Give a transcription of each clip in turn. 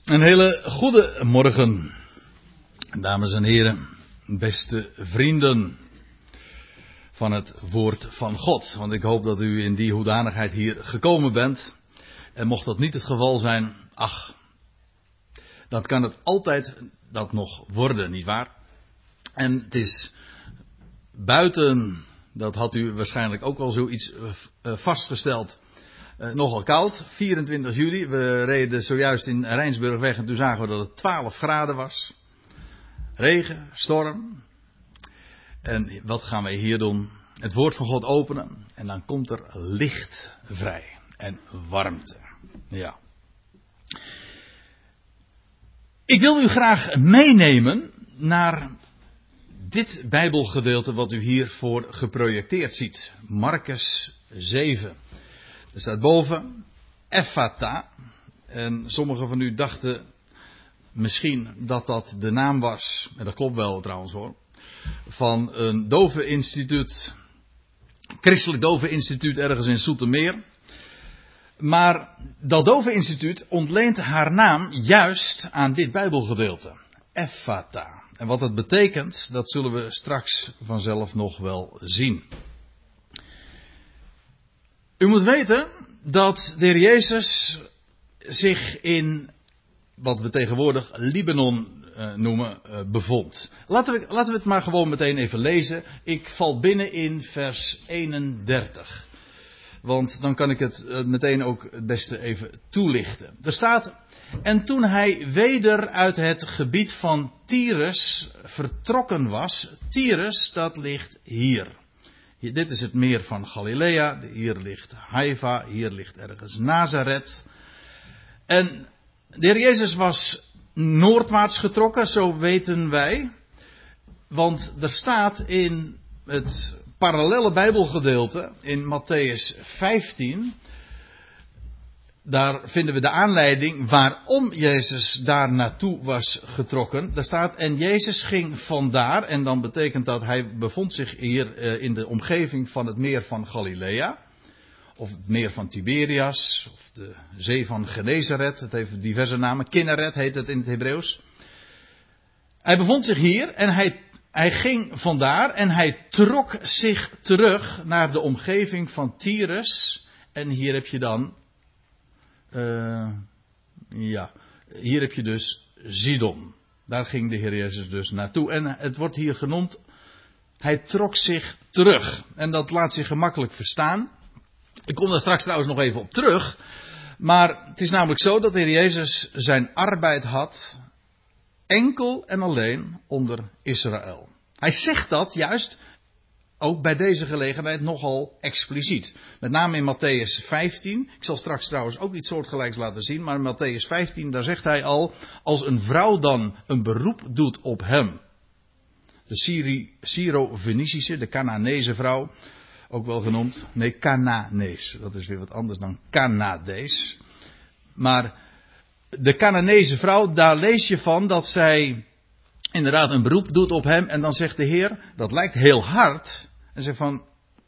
Een hele goede morgen, dames en heren, beste vrienden van het woord van God. Want ik hoop dat u in die hoedanigheid hier gekomen bent. En mocht dat niet het geval zijn, dan kan het altijd dat nog worden, nietwaar? En het is buiten, dat had u waarschijnlijk ook al zoiets vastgesteld, nogal koud. 24 juli, we reden zojuist in Rijnsburg weg en toen zagen we dat het 12 graden was. Regen, storm. En wat gaan wij hier doen? Het woord van God openen en dan komt er licht vrij en warmte. Ja. Ik wil u graag meenemen naar dit Bijbelgedeelte wat u hiervoor geprojecteerd ziet. Markus 7. Er staat boven Ephata. En sommigen van u dachten misschien dat dat de naam was, en dat klopt wel trouwens hoor, van een doveninstituut, christelijk doveninstituut ergens in Zoetermeer. Maar dat doveninstituut ontleent haar naam juist aan dit Bijbelgedeelte. Ephata. En wat dat betekent, dat zullen we straks vanzelf nog wel zien. U moet weten dat de Heer Jezus zich in wat we tegenwoordig Libanon noemen bevond. Laten we het maar gewoon meteen even lezen. Ik val binnen in vers 31. Want dan kan ik het meteen ook het beste even toelichten. Er staat: en toen hij weder uit het gebied van Tyrus vertrokken was. Tyrus, dat ligt hier. Dit is het meer van Galilea. Hier ligt Haifa. Hier ligt ergens Nazareth. En de Heer Jezus was noordwaarts getrokken, zo weten wij. Want er staat in het parallelle Bijbelgedeelte, in Mattheüs 15... daar vinden we de aanleiding waarom Jezus daar naartoe was getrokken. Daar staat: en Jezus ging vandaar, en dan betekent dat hij bevond zich hier in de omgeving van het meer van Galilea. Of het meer van Tiberias, of de zee van Genezaret. Het heeft diverse namen. Kinneret heet het in het Hebreeuws. Hij bevond zich hier en hij ging vandaar en hij trok zich terug naar de omgeving van Tyrus. En hier heb je dan, hier heb je dus Sidon. Daar ging de Heer Jezus dus naartoe. En het wordt hier genoemd, hij trok zich terug. En dat laat zich gemakkelijk verstaan. Ik kom daar straks trouwens nog even op terug. Maar het is namelijk zo dat de Heer Jezus zijn arbeid had enkel en alleen onder Israël. Hij zegt dat juist ook bij deze gelegenheid nogal expliciet. Met name in Mattheüs 15. Ik zal straks trouwens ook iets soortgelijks laten zien. Maar in Mattheüs 15, daar zegt hij al: als een vrouw dan een beroep doet op hem. De Syro-Fenicische, de Canaanese vrouw. Ook wel genoemd. Nee, Cananees. Dat is weer wat anders dan Canadees. Maar de Canaanese vrouw, daar lees je van dat zij inderdaad een beroep doet op hem. En dan zegt de Heer, dat lijkt heel hard. En zegt van: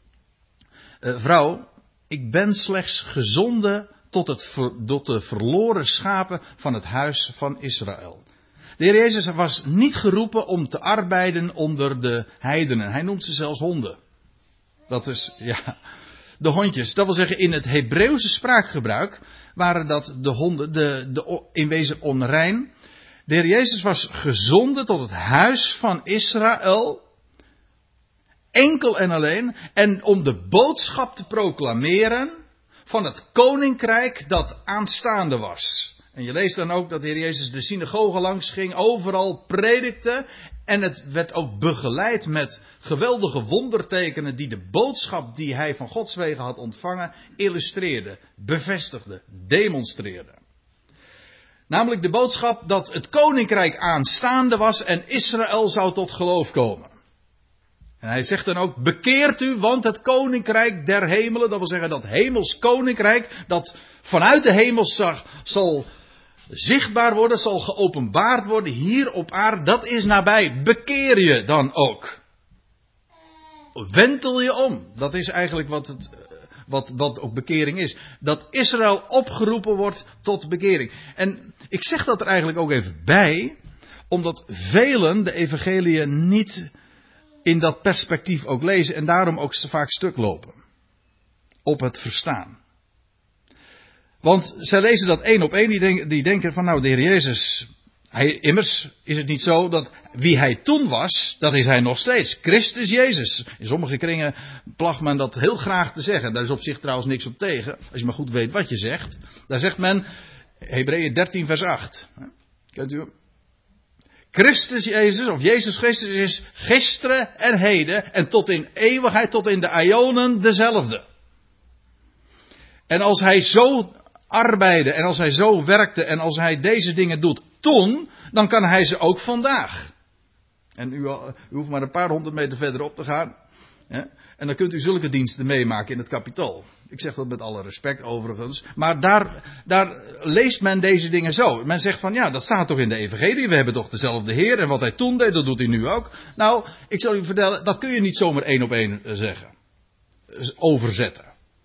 vrouw, ik ben slechts gezonden tot de verloren schapen van het huis van Israël. De Heer Jezus was niet geroepen om te arbeiden onder de heidenen. Hij noemt ze zelfs honden. Dat is, de hondjes. Dat wil zeggen, in het Hebreeuwse spraakgebruik waren dat de honden, de in wezen onrein. De Heer Jezus was gezonden tot het huis van Israël. Enkel en alleen. En om de boodschap te proclameren van het koninkrijk dat aanstaande was. En je leest dan ook dat de Heer Jezus de synagoge langs ging, overal predikte. En het werd ook begeleid met geweldige wondertekenen die de boodschap die hij van Gods wegen had ontvangen illustreerde, bevestigde, demonstreerde. Namelijk de boodschap dat het koninkrijk aanstaande was en Israël zou tot geloof komen. En hij zegt dan ook: bekeert u, want het koninkrijk der hemelen, dat wil zeggen dat hemels koninkrijk, dat vanuit de hemels zal zichtbaar worden, zal geopenbaard worden hier op aarde, dat is nabij. Bekeer je dan ook. Wentel je om. Dat is eigenlijk wat ook bekering is. Dat Israël opgeroepen wordt tot bekering. En ik zeg dat er eigenlijk ook even bij, omdat velen de evangeliën niet in dat perspectief ook lezen en daarom ook vaak stuk lopen. Op het verstaan. Want zij lezen dat één op één, die denken van nou de Heer Jezus, immers is het niet zo dat wie hij toen was, dat is hij nog steeds. Christus Jezus. In sommige kringen placht men dat heel graag te zeggen. Daar is op zich trouwens niks op tegen, als je maar goed weet wat je zegt. Daar zegt men, Hebreeën 13 vers 8. Kent u hem? Christus Jezus, of Jezus Christus is gisteren en heden en tot in eeuwigheid, tot in de aionen dezelfde. En als hij zo arbeidde en als hij zo werkte en als hij deze dingen doet toen, dan kan hij ze ook vandaag. En u hoeft maar een paar 100 meter verderop te gaan. Hè? En dan kunt u zulke diensten meemaken in het Kapitool. Ik zeg dat met alle respect overigens. Maar daar leest men deze dingen zo. Men zegt van ja, dat staat toch in de evangelie. We hebben toch dezelfde Heer. En wat hij toen deed, dat doet hij nu ook. Nou, ik zal u vertellen, dat kun je niet zomaar één op één zeggen. Overzetten.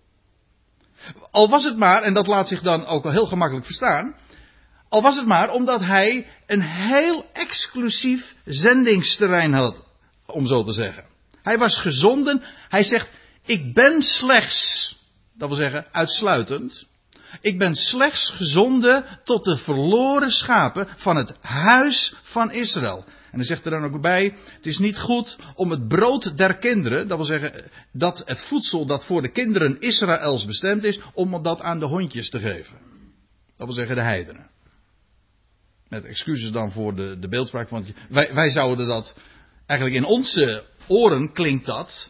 Al was het maar, en dat laat zich dan ook wel heel gemakkelijk verstaan. Al was het maar omdat hij een heel exclusief zendingsterrein had. Om zo te zeggen. Hij was gezonden. Hij zegt, ik ben slechts, dat wil zeggen uitsluitend. Ik ben slechts gezonden tot de verloren schapen van het huis van Israël. En hij zegt er dan ook bij, het is niet goed om het brood der kinderen, dat wil zeggen dat het voedsel dat voor de kinderen Israëls bestemd is, om dat aan de hondjes te geven. Dat wil zeggen de heidenen. Met excuses dan voor de beeldspraak, want wij zouden dat, eigenlijk in onze oren klinkt dat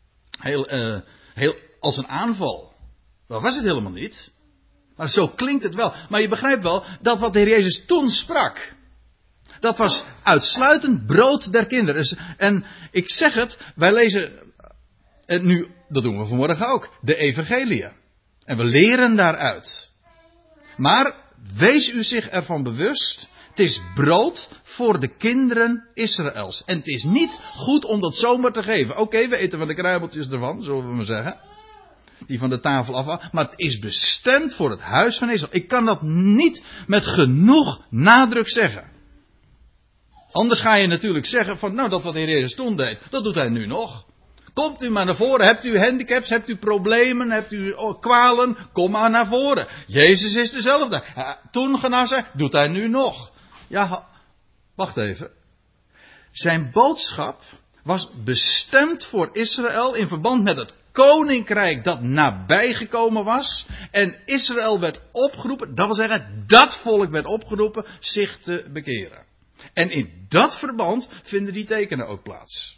heel als een aanval. Dat was het helemaal niet. Maar zo klinkt het wel. Maar je begrijpt wel dat wat de Heer Jezus toen sprak, dat was uitsluitend brood der kinderen. En ik zeg het, wij lezen nu, dat doen we vanmorgen ook, de evangeliën. En we leren daaruit. Maar wees u zich ervan bewust, het is brood voor de kinderen Israëls. En het is niet goed om dat zomaar te geven. Oké, we eten van de kruimeltjes ervan, zullen we maar zeggen. Die van de tafel af. Maar het is bestemd voor het huis van Israël. Ik kan dat niet met genoeg nadruk zeggen. Anders ga je natuurlijk zeggen van, nou dat wat de Heer Jezus toen deed, dat doet hij nu nog. Komt u maar naar voren. Hebt u handicaps, hebt u problemen, hebt u kwalen, kom maar naar voren. Jezus is dezelfde. Toen genazen, doet hij nu nog. Ja, wacht even. Zijn boodschap was bestemd voor Israël in verband met het koninkrijk dat nabijgekomen was. En Israël werd opgeroepen, dat wil zeggen, dat volk werd opgeroepen zich te bekeren. En in dat verband vinden die tekenen ook plaats.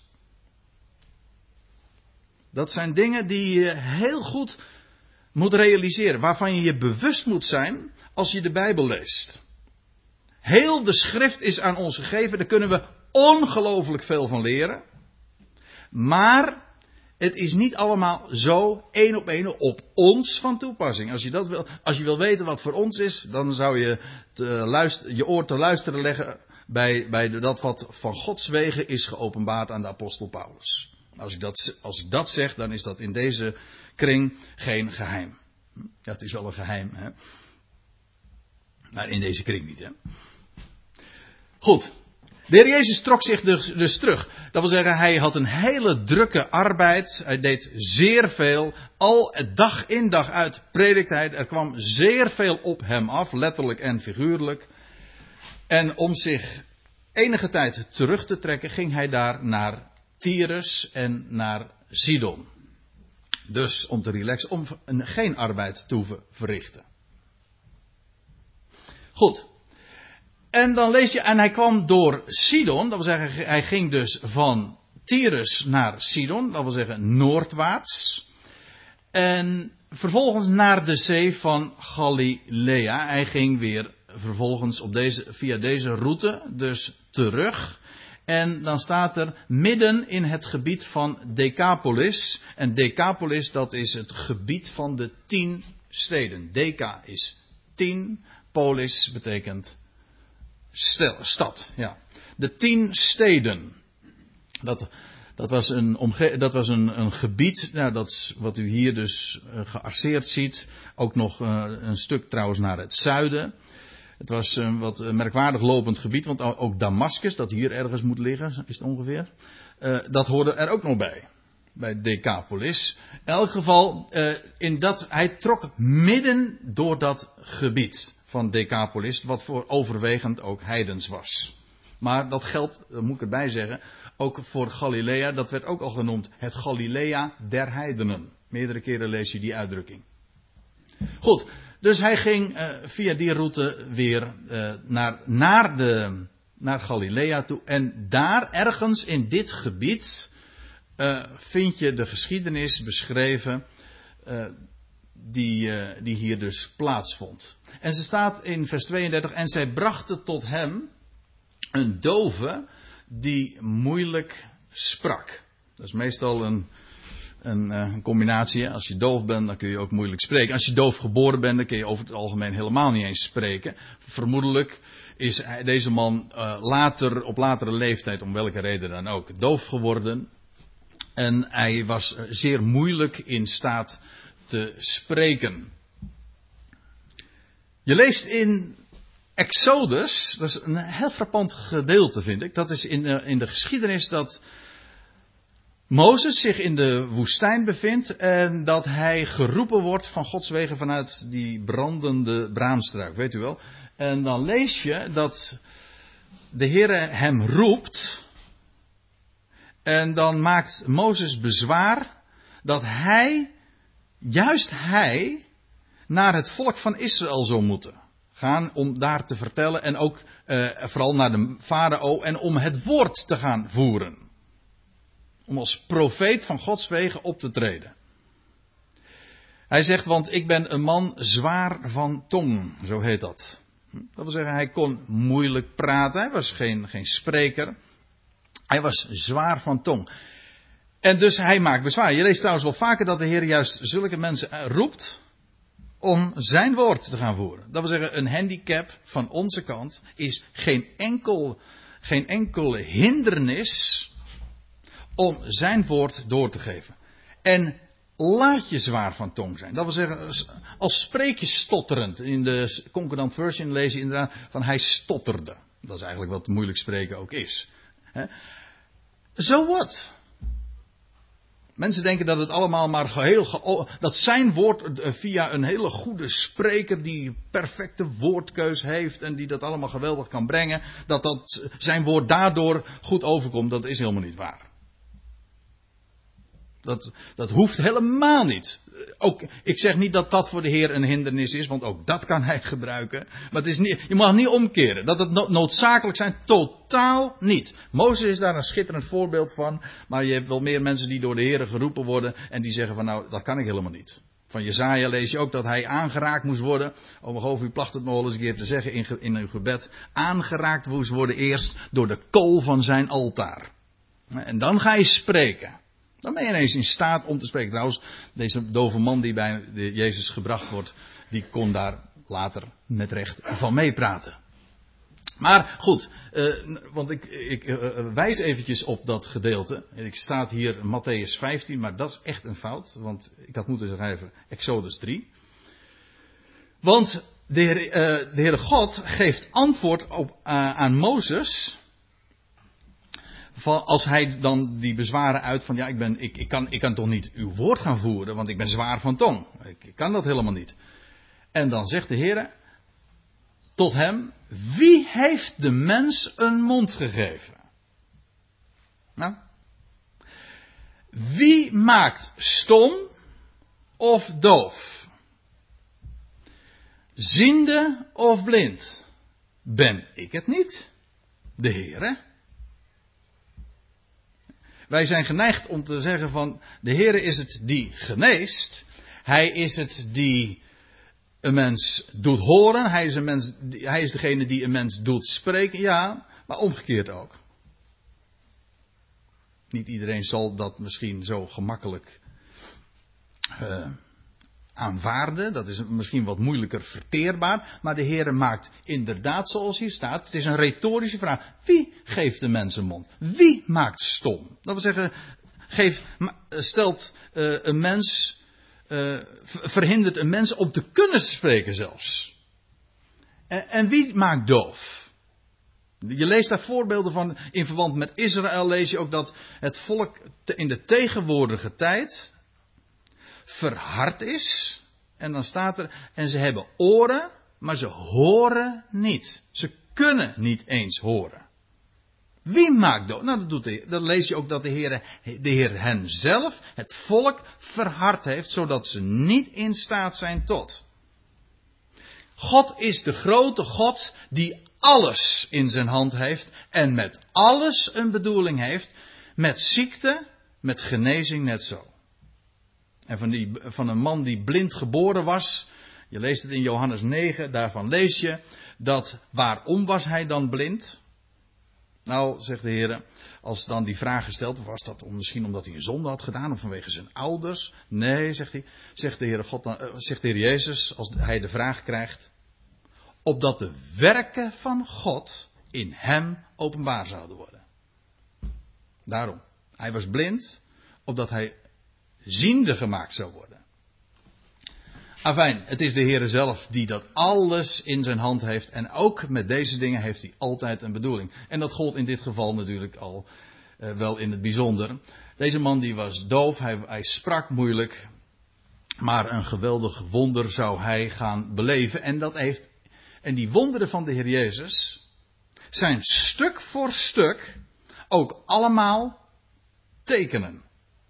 Dat zijn dingen die je heel goed moet realiseren. Waarvan je je bewust moet zijn als je de Bijbel leest. Heel de schrift is aan ons gegeven. Daar kunnen we ongelooflijk veel van leren. Maar het is niet allemaal zo één op één op ons van toepassing. Als je wil weten wat voor ons is, dan zou je je oor te luisteren leggen bij dat wat van Gods wegen is geopenbaard aan de apostel Paulus. Als ik dat zeg, dan is dat in deze kring geen geheim. Ja, het is wel een geheim, hè. Maar in deze kring niet, hè. Goed. De Heer Jezus trok zich dus terug. Dat wil zeggen, hij had een hele drukke arbeid. Hij deed zeer veel. Al dag in dag uit predikte hij. Er kwam zeer veel op hem af, letterlijk en figuurlijk. En om zich enige tijd terug te trekken, ging hij daar naar Tyrus en naar Sidon. Dus om te relaxen, om geen arbeid te hoeven verrichten. Goed. En dan lees je, en hij kwam door Sidon, dat wil zeggen, hij ging dus van Tyrus naar Sidon, dat wil zeggen noordwaarts. En vervolgens naar de zee van Galilea. Hij ging weer vervolgens via deze route dus terug. En dan staat er midden in het gebied van Decapolis. En Decapolis, dat is het gebied van de 10 steden. Deca is 10, polis betekent stad. Ja. De 10 steden. Dat was een gebied, nou, dat is wat u hier dus gearseerd ziet. Ook nog een stuk trouwens naar het zuiden. Het was een wat merkwaardig lopend gebied, want ook Damascus, dat hier ergens moet liggen, is het ongeveer. Dat hoorde er ook nog bij Decapolis. In elk geval, hij trok midden door dat gebied van Decapolis, wat voor overwegend ook heidens was. Maar dat geldt, dat moet ik erbij zeggen, ook voor Galilea. Dat werd ook al genoemd het Galilea der heidenen. Meerdere keren lees je die uitdrukking. Goed, dus hij ging via die route weer naar Galilea toe. En daar ergens in dit gebied vind je de geschiedenis beschreven die hier dus plaatsvond. En ze staat in vers 32. En zij brachten tot hem een dove die moeilijk sprak. Dat is meestal een combinatie. Als je doof bent, dan kun je ook moeilijk spreken. Als je doof geboren bent, dan kun je over het algemeen helemaal niet eens spreken. Vermoedelijk is deze man op latere leeftijd, om welke reden dan ook, doof geworden. En hij was zeer moeilijk in staat te spreken. Je leest in Exodus, dat is een heel frappant gedeelte vind ik. Dat is in de geschiedenis dat Mozes zich in de woestijn bevindt en dat hij geroepen wordt van Gods wegen vanuit die brandende braamstruik, weet u wel. En dan lees je dat de Heere hem roept en dan maakt Mozes bezwaar dat juist hij, naar het volk van Israël zou moeten gaan om daar te vertellen en ook vooral naar de farao en om het woord te gaan voeren. Om als profeet van Gods wegen op te treden. Hij zegt, want ik ben een man zwaar van tong, zo heet dat. Dat wil zeggen, hij kon moeilijk praten, hij was geen spreker. Hij was zwaar van tong. En dus hij maakt bezwaar. Je leest trouwens wel vaker dat de Heer juist zulke mensen roept om zijn woord te gaan voeren. Dat wil zeggen, een handicap van onze kant is geen enkele hindernis om zijn woord door te geven. En laat je zwaar van tong zijn. Dat wil zeggen, als spreek je stotterend. In de Concordant Version lees je inderdaad van hij stotterde. Dat is eigenlijk wat moeilijk spreken ook is. So what? Mensen denken dat het allemaal maar dat zijn woord via een hele goede spreker die perfecte woordkeus heeft en die dat allemaal geweldig kan brengen, dat zijn woord daardoor goed overkomt. Dat is helemaal niet waar. Dat hoeft helemaal niet. Ook, ik zeg niet dat dat voor de Heer een hindernis is, want ook dat kan hij gebruiken. Maar het is niet, je mag niet omkeren. Dat het noodzakelijk zijn, totaal niet. Mozes is daar een schitterend voorbeeld van. Maar je hebt wel meer mensen die door de Heer geroepen worden en die zeggen van nou, dat kan ik helemaal niet. Van Jesaja lees je ook dat hij aangeraakt moest worden. Geloof u placht het nog wel eens een keer te zeggen in uw gebed. Aangeraakt moest worden eerst door de kool van zijn altaar. En dan ga je spreken. Dan ben je ineens in staat om te spreken. Trouwens, deze dove man die bij Jezus gebracht wordt, die kon daar later met recht van meepraten. Maar goed, want ik wijs eventjes op dat gedeelte. Ik staat hier Matthäus 15, maar dat is echt een fout. Want ik had moeten schrijven Exodus 3. Want de Heere God geeft antwoord aan Mozes. Als hij dan die bezwaren uit van ja, ik kan toch niet uw woord gaan voeren, want ik ben zwaar van tong. Ik kan dat helemaal niet. En dan zegt de Heer tot hem, wie heeft de mens een mond gegeven? Nou, wie maakt stom of doof? Ziende of blind? Ben ik het niet? De Heere? Wij zijn geneigd om te zeggen van de Heere is het die geneest. Hij is het die een mens doet horen. Hij is degene die een mens doet spreken. Ja, maar omgekeerd ook. Niet iedereen zal dat misschien zo gemakkelijk aanvaarden. Dat is misschien wat moeilijker verteerbaar. Maar de Heere maakt inderdaad zoals hier staat. Het is een retorische vraag. Wie geeft de mens een mond? Wie maakt stom? Dat wil zeggen, stelt een mens, verhindert een mens om te kunnen spreken zelfs. En wie maakt doof? Je leest daar voorbeelden van. In verband met Israël lees je ook dat het volk in de tegenwoordige tijd verhard is. En dan staat er, en ze hebben oren, maar ze horen niet. Ze kunnen niet eens horen. Wie maakt doof? Nou, dat lees je ook dat de Heer hen zelf, het volk, verhard heeft, zodat ze niet in staat zijn tot. God is de grote God die alles in zijn hand heeft en met alles een bedoeling heeft. Met ziekte, met genezing net zo. En van een man die blind geboren was, je leest het in Johannes 9, daarvan lees je dat waarom was hij dan blind? Nou, zegt de Heer, als dan die vraag gesteld was dat misschien omdat hij een zonde had gedaan of vanwege zijn ouders? Nee, zegt hij, zegt de Heer Jezus, als hij de vraag krijgt, opdat de werken van God in hem openbaar zouden worden. Daarom, hij was blind, opdat hij ziende gemaakt zou worden. Afijn, het is de Heer zelf die dat alles in zijn hand heeft. En ook met deze dingen heeft hij altijd een bedoeling. En dat gold in dit geval natuurlijk al wel in het bijzonder. Deze man die was doof, hij sprak moeilijk. Maar een geweldig wonder zou hij gaan beleven. En die wonderen van de Heer Jezus zijn stuk voor stuk ook allemaal tekenen.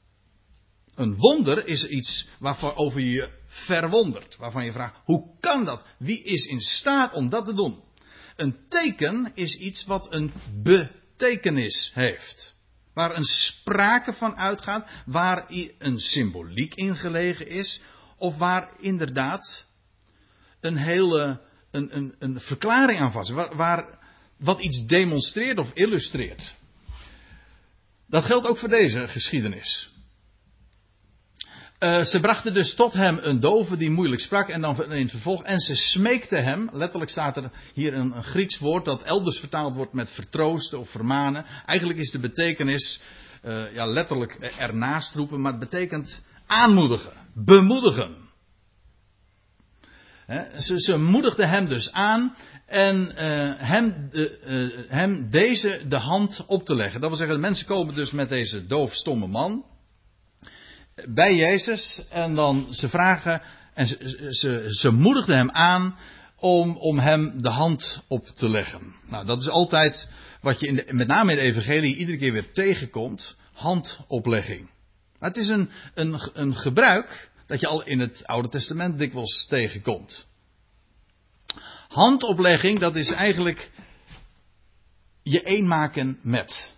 Een wonder is iets waarover je je verwondert. Waarvan je vraagt, hoe kan dat? Wie is in staat om dat te doen? Een teken is iets wat een betekenis heeft. Waar een sprake van uitgaat. Waar een symboliek in gelegen is. Of waar inderdaad een verklaring aan vast. Wat iets demonstreert of illustreert. Dat geldt ook voor deze geschiedenis. Ze brachten dus tot hem een dove die moeilijk sprak en dan in het vervolg. En ze smeekten hem, letterlijk staat er hier een Grieks woord dat elders vertaald wordt met vertroosten of vermanen. Eigenlijk is de betekenis letterlijk ernaast roepen, maar het betekent aanmoedigen, bemoedigen. Ze moedigden hem dus aan en hem de hand op te leggen. Dat wil zeggen, de mensen komen dus met deze doofstomme man bij Jezus en dan ze vragen en ze moedigden hem aan om hem de hand op te leggen. Nou, dat is altijd wat je met name in de evangelie iedere keer weer tegenkomt, handoplegging. Maar het is een gebruik dat je al in het Oude Testament dikwijls tegenkomt. Handoplegging, dat is eigenlijk je eenmaken met.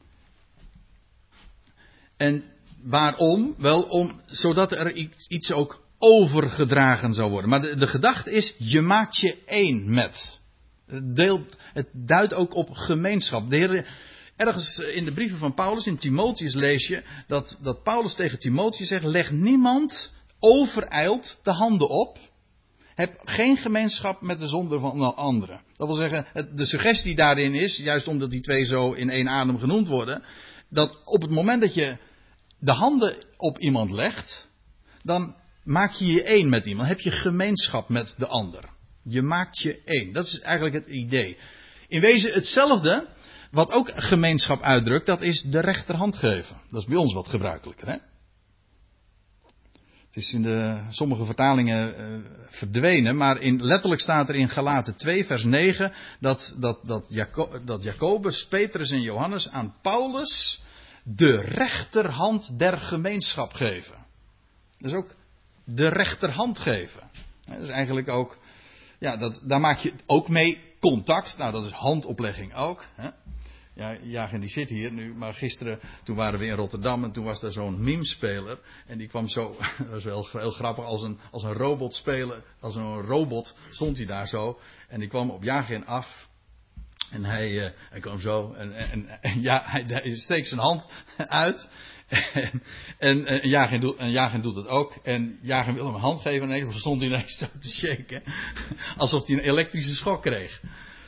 En waarom? Wel zodat er iets ook overgedragen zou worden. Maar de gedachte is, je maakt je één met. Het duidt ook op gemeenschap. De Heer, ergens in de brieven van Paulus, in Timotheus lees je, dat Paulus tegen Timotheus zegt, leg niemand overijld de handen op. Heb geen gemeenschap met de zonde van anderen. Dat wil zeggen, de suggestie daarin is, juist omdat die twee zo in één adem genoemd worden, dat op het moment dat je de handen op iemand legt, dan maak je je één met iemand. Heb je gemeenschap met de ander. Je maakt je één. Dat is eigenlijk het idee. In wezen hetzelfde, wat ook gemeenschap uitdrukt, dat is de rechterhand geven. Dat is bij ons wat gebruikelijker, hè? Het is in sommige vertalingen verdwenen, maar letterlijk staat er in Galaten 2 vers 9 dat Jacobus, Petrus en Johannes aan Paulus de rechterhand der gemeenschap geven. Dus ook de rechterhand geven. Dat is eigenlijk ook, daar maak je ook mee contact. Nou, dat is handoplegging ook. Hè? Ja, Jagen die zit hier nu, maar gisteren, toen waren we in Rotterdam en toen was daar zo'n meme-speler. En die kwam zo, dat was wel heel grappig, als een robot spelen, als een robot stond hij daar zo. En die kwam op Jagen af. En hij kwam zo en ja, hij steekt zijn hand uit. En Jagin doet het ook. En Jagin wil hem een hand geven en ineens stond hij ineens zo te shaken. Alsof hij een elektrische schok kreeg.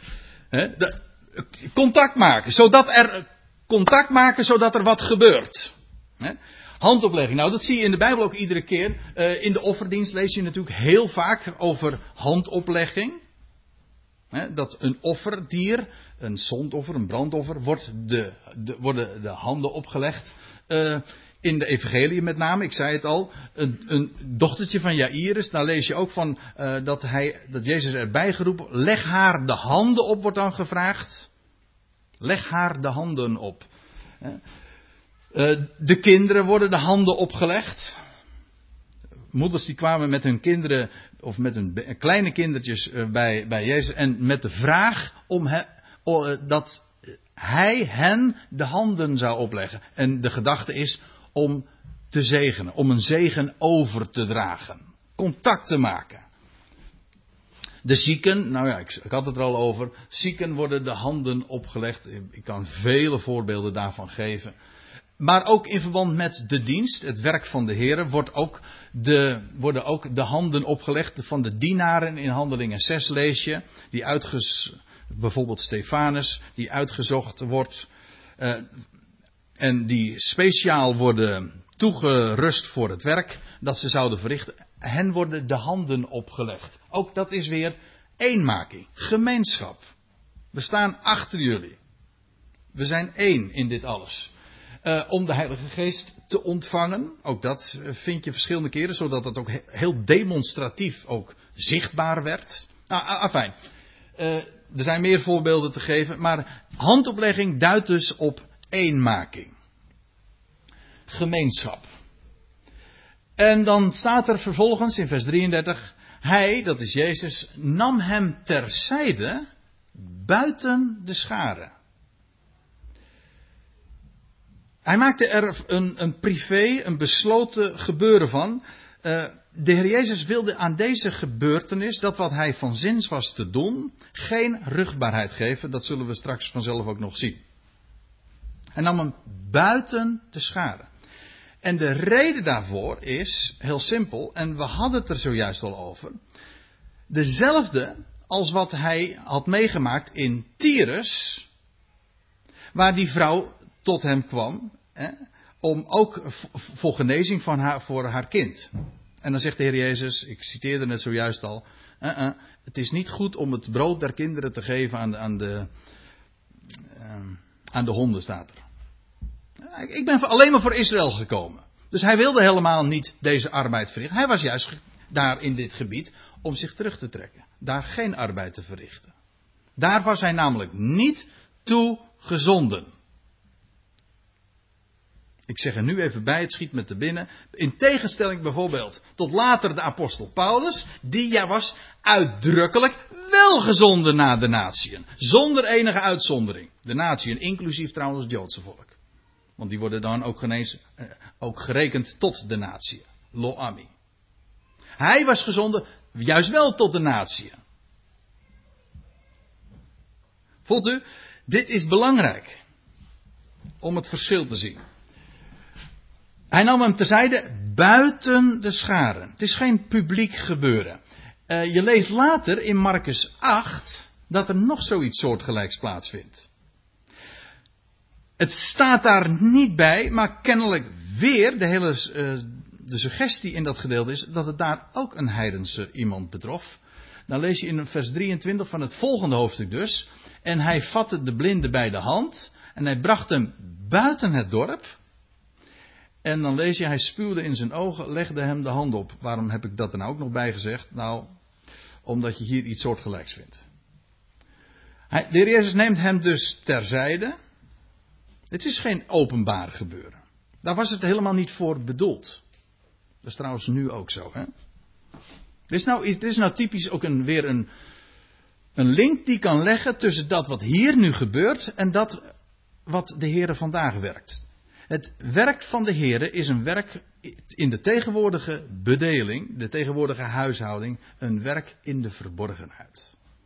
Contact maken, zodat er wat gebeurt. Handoplegging. Nou, dat zie je in de Bijbel ook iedere keer. In de offerdienst lees je natuurlijk heel vaak over handoplegging. Dat een offerdier, een zondoffer, een brandoffer, worden de handen opgelegd. In de evangelie met name, ik zei het al, een dochtertje van Jairus, daar lees je ook van dat Jezus erbij geroepen, leg haar de handen op, wordt dan gevraagd. Leg haar de handen op. De kinderen worden de handen opgelegd. Moeders die kwamen met hun kinderen, of met hun kleine kindertjes bij Jezus, en met de vraag dat hij hen de handen zou opleggen. En de gedachte is om te zegenen, om een zegen over te dragen. Contact te maken. De zieken, nou ja, ik had het er al over. Zieken worden de handen opgelegd. Ik kan vele voorbeelden daarvan geven. Maar ook in verband met de dienst, het werk van de Heer, worden ook de handen opgelegd van de dienaren. In Handelingen 6 lees je, bijvoorbeeld Stefanus, die uitgezocht wordt. En die speciaal worden toegerust voor het werk dat ze zouden verrichten. Hen worden de handen opgelegd. Ook dat is weer eenmaking, gemeenschap. We staan achter jullie. We zijn één in dit alles. Om de Heilige Geest te ontvangen. Ook dat vind je verschillende keren, zodat het ook heel demonstratief ook zichtbaar werd. Afijn. Er zijn meer voorbeelden te geven, maar handoplegging duidt dus op eenmaking. Gemeenschap. En dan staat er vervolgens in vers 33, hij, dat is Jezus, nam hem terzijde buiten de schare. Hij maakte er een privé, een besloten gebeuren van. De Heer Jezus wilde aan deze gebeurtenis, dat wat hij van zins was te doen, geen rugbaarheid geven. Dat zullen we straks vanzelf ook nog zien. Hij nam hem buiten de schare. En de reden daarvoor is heel simpel, en we hadden het er zojuist al over. Dezelfde als wat hij had meegemaakt in Tyrus, waar die vrouw tot hem kwam, om ook voor genezing voor haar kind. En dan zegt de Heer Jezus, ik citeerde het zojuist al, het is niet goed om het brood der kinderen te geven aan de honden, staat er. Ik ben alleen maar voor Israël gekomen. Dus hij wilde helemaal niet deze arbeid verrichten. Hij was juist daar in dit gebied om zich terug te trekken. Daar geen arbeid te verrichten. Daar was hij namelijk niet toe gezonden. Ik zeg er nu even bij, het schiet me te binnen. In tegenstelling bijvoorbeeld tot later de apostel Paulus. Die was uitdrukkelijk wel gezonden naar de natieën. Zonder enige uitzondering. De natieën, inclusief trouwens het Joodse volk. Want die worden dan ook gerekend tot de natieën. Lo ami. Hij was gezonden juist wel tot de natieën. Voelt u? Dit is belangrijk. Om het verschil te zien. Hij nam hem terzijde buiten de scharen. Het is geen publiek gebeuren. Je leest later in Marcus 8 dat er nog zoiets soortgelijks plaatsvindt. Het staat daar niet bij, maar kennelijk weer de suggestie in dat gedeelte is dat het daar ook een heidense iemand betrof. Dan lees je in vers 23 van het volgende hoofdstuk dus. En hij vatte de blinde bij de hand en hij bracht hem buiten het dorp. En dan lees je, hij spuwde in zijn ogen, legde hem de hand op. Waarom heb ik dat er nou ook nog bij gezegd? Nou, omdat je hier iets soortgelijks vindt. De Heer Jezus neemt hem dus terzijde. Het is geen openbaar gebeuren. Daar was het helemaal niet voor bedoeld. Dat is trouwens nu ook zo. Hè? Dit is nou typisch ook weer een link die kan leggen tussen dat wat hier nu gebeurt en dat wat de Heer vandaag werkt. Het werk van de Heer is een werk in de tegenwoordige bedeling, de tegenwoordige huishouding, een werk in de verborgenheid.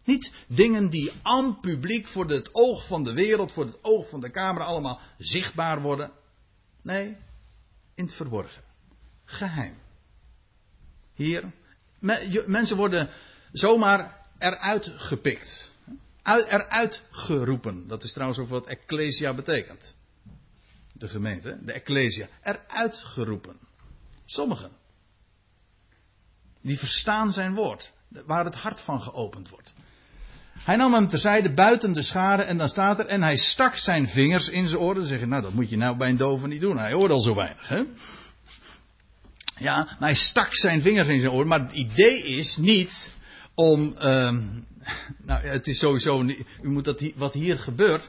Niet dingen die aan publiek voor het oog van de wereld, voor het oog van de camera allemaal zichtbaar worden. Nee, in het verborgen. Geheim. Hier, mensen worden zomaar eruit gepikt. Eruit geroepen. Dat is trouwens ook wat ecclesia betekent. De gemeente, de ecclesia. Eruit geroepen. Sommigen. Die verstaan zijn woord. Waar het hart van geopend wordt. Hij nam hem terzijde buiten de schare en dan staat er. En hij stak zijn vingers in zijn oren. Dan zeg je, nou dat moet je nou bij een dove niet doen. Hij hoort al zo weinig. Hè? Ja, maar hij stak zijn vingers in zijn oren. Maar het idee is niet om... nou, het is sowieso... U moet dat, wat hier gebeurt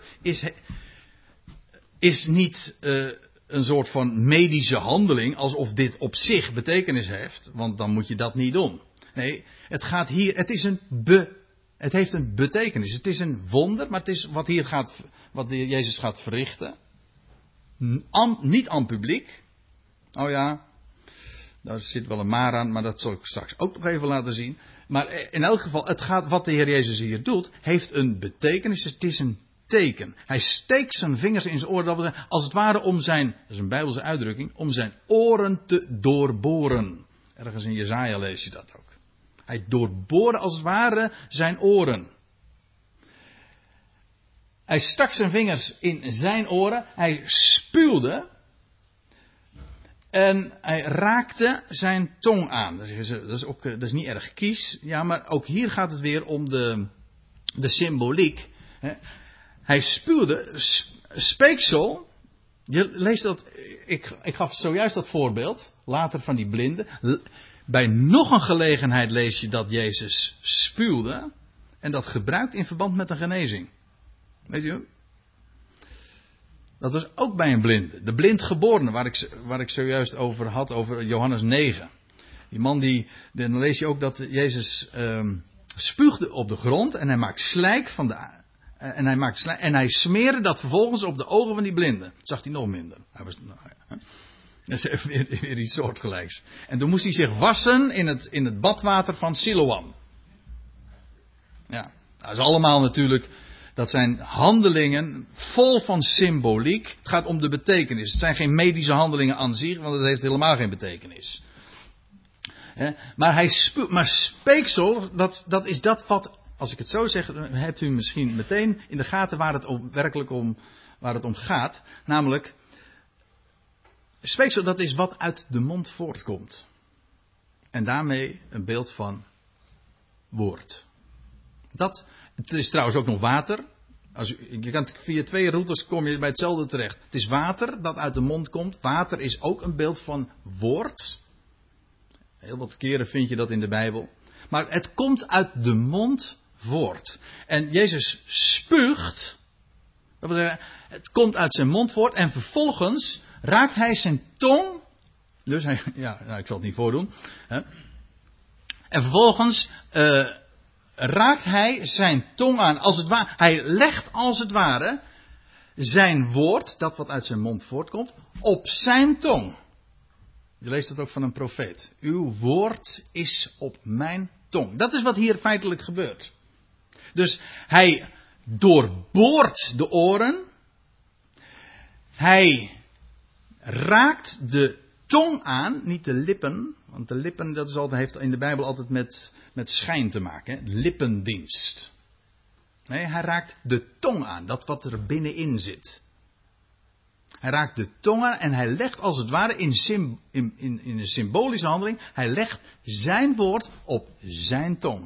is niet een soort van medische handeling. Alsof dit op zich betekenis heeft. Want dan moet je dat niet doen. Nee, het gaat hier... Het heeft een betekenis. Het is een wonder. Maar het is wat Jezus gaat verrichten. Niet aan publiek. Oh ja... Daar zit wel een maar aan, maar dat zal ik straks ook nog even laten zien. Maar in elk geval, wat de Heer Jezus hier doet, heeft een betekenis. Het is een teken. Hij steekt zijn vingers in zijn oren, als het ware om zijn, dat is een Bijbelse uitdrukking, om zijn oren te doorboren. Ergens in Jesaja lees je dat ook. Hij doorboorde als het ware zijn oren. Hij stak zijn vingers in zijn oren, hij spuwde. En hij raakte zijn tong aan. Dat is niet erg kies. Ja, maar ook hier gaat het weer om de symboliek. Hij spuwde speeksel. Je leest dat. Ik gaf zojuist dat voorbeeld. Later van die blinden. Bij nog een gelegenheid lees je dat Jezus spuwde. En dat gebruikt in verband met een genezing. Weet je? Dat was ook bij een blinde. De blindgeborene waar ik zojuist over had, over Johannes 9. Die man dan lees je ook dat Jezus spuugde op de grond en hij maakt slijk van en hij smeerde dat vervolgens op de ogen van die blinde. Dat zag hij nog minder. Dat is weer iets soortgelijks. En toen moest hij zich wassen in het badwater van Siloam. Ja, dat is allemaal natuurlijk... Dat zijn handelingen vol van symboliek. Het gaat om de betekenis. Het zijn geen medische handelingen aan zich, want het heeft helemaal geen betekenis. Maar speeksel, dat is dat wat, als ik het zo zeg, dan hebt u misschien meteen in de gaten waar het om gaat. Namelijk, speeksel, dat is wat uit de mond voortkomt. En daarmee een beeld van woord. Het is trouwens ook nog water. Je kan via 2 routes kom je bij hetzelfde terecht. Het is water dat uit de mond komt. Water is ook een beeld van woord. Heel wat keren vind je dat in de Bijbel. Maar het komt uit de mond voort. En Jezus spuugt. Dat wil zeggen, het komt uit zijn mond voort. En vervolgens raakt hij zijn tong. Dus ik zal het niet voordoen. En vervolgens... raakt hij zijn tong aan. Hij legt als het ware zijn woord, dat wat uit zijn mond voortkomt, op zijn tong. Je leest dat ook van een profeet. Uw woord is op mijn tong. Dat is wat hier feitelijk gebeurt. Dus hij doorboort de oren. Hij raakt de tong aan, niet de lippen. Want de lippen, heeft in de Bijbel altijd met schijn te maken. Hè? Lippendienst. Nee, hij raakt de tong aan. Dat wat er binnenin zit. Hij raakt de tong aan en hij legt als het ware in een symbolische handeling. Hij legt zijn woord op zijn tong.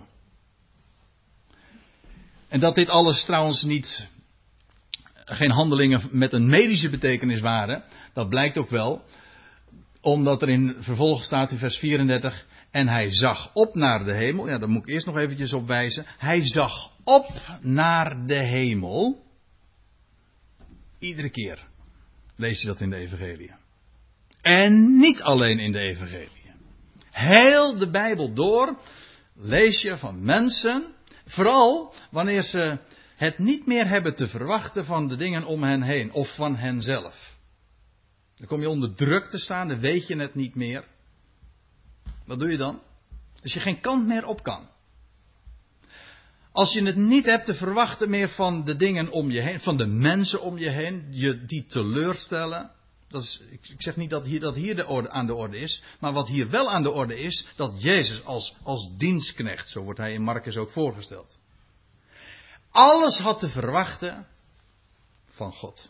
En dat dit alles trouwens geen handelingen met een medische betekenis waren. Dat blijkt ook wel. Omdat er in vervolg staat in vers 34. En hij zag op naar de hemel. Ja, daar moet ik eerst nog eventjes op wijzen. Hij zag op naar de hemel. Iedere keer lees je dat in de evangelie. En niet alleen in de evangelie. Heel de Bijbel door lees je van mensen. Vooral wanneer ze het niet meer hebben te verwachten van de dingen om hen heen. Of van henzelf. Dan kom je onder druk te staan, dan weet je het niet meer. Wat doe je dan? Als je geen kant meer op kan. Als je het niet hebt te verwachten meer van de dingen om je heen, van de mensen om je heen, je die teleurstellen. Ik zeg niet dat hier aan de orde is, maar wat hier wel aan de orde is, dat Jezus als dienstknecht, zo wordt hij in Marcus ook voorgesteld, alles had te verwachten van God.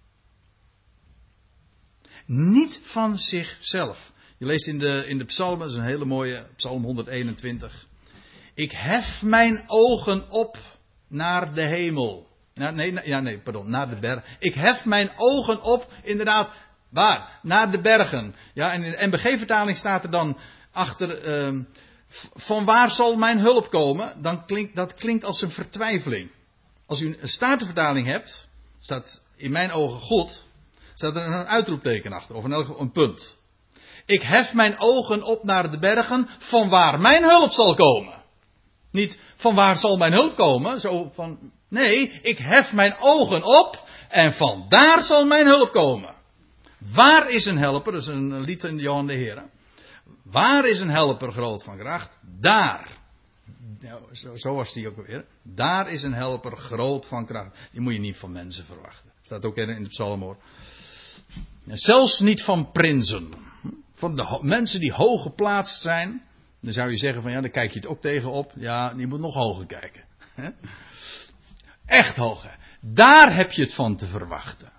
Niet van zichzelf. Je leest in de psalmen, dat is een hele mooie, psalm 121. Ik hef mijn ogen op naar de hemel. Naar de berg. Ik hef mijn ogen op, inderdaad, waar? Naar de bergen. Ja, en in de NBG-vertaling staat er dan achter, van waar zal mijn hulp komen? Dat klinkt als een vertwijfeling. Als u een Statenvertaling hebt, staat in mijn ogen goed, staat er een uitroepteken achter, of in elk geval een punt. Ik hef mijn ogen op naar de bergen, van waar mijn hulp zal komen. Niet van waar zal mijn hulp komen, zo van, nee, ik hef mijn ogen op en van daar zal mijn hulp komen. Waar is een helper, dat is een lied in Johan de Heer. Waar is een helper groot van kracht? Daar. Zo was die ook weer. Daar is een helper groot van kracht. Die moet je niet van mensen verwachten. Staat ook in de psalm hoor. Zelfs niet van prinsen. Van de mensen die hoog geplaatst zijn. Dan zou je zeggen van ja, daar kijk je het ook tegenop. Ja, je moet nog hoger kijken. Echt hoger. Daar heb je het van te verwachten.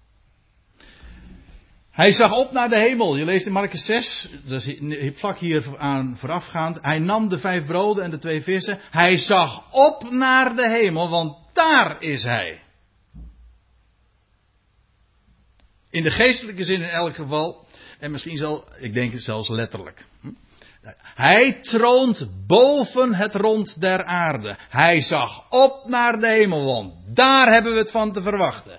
Hij zag op naar de hemel. Je leest in Marcus 6, dat is vlak hier aan voorafgaand. Hij nam de 5 broden en de 2 vissen. Hij zag op naar de hemel, want daar is hij. In de geestelijke zin in elk geval. En misschien ik denk het zelfs letterlijk. Hij troont boven het rond der aarde. Hij zag op naar de hemel, want daar hebben we het van te verwachten.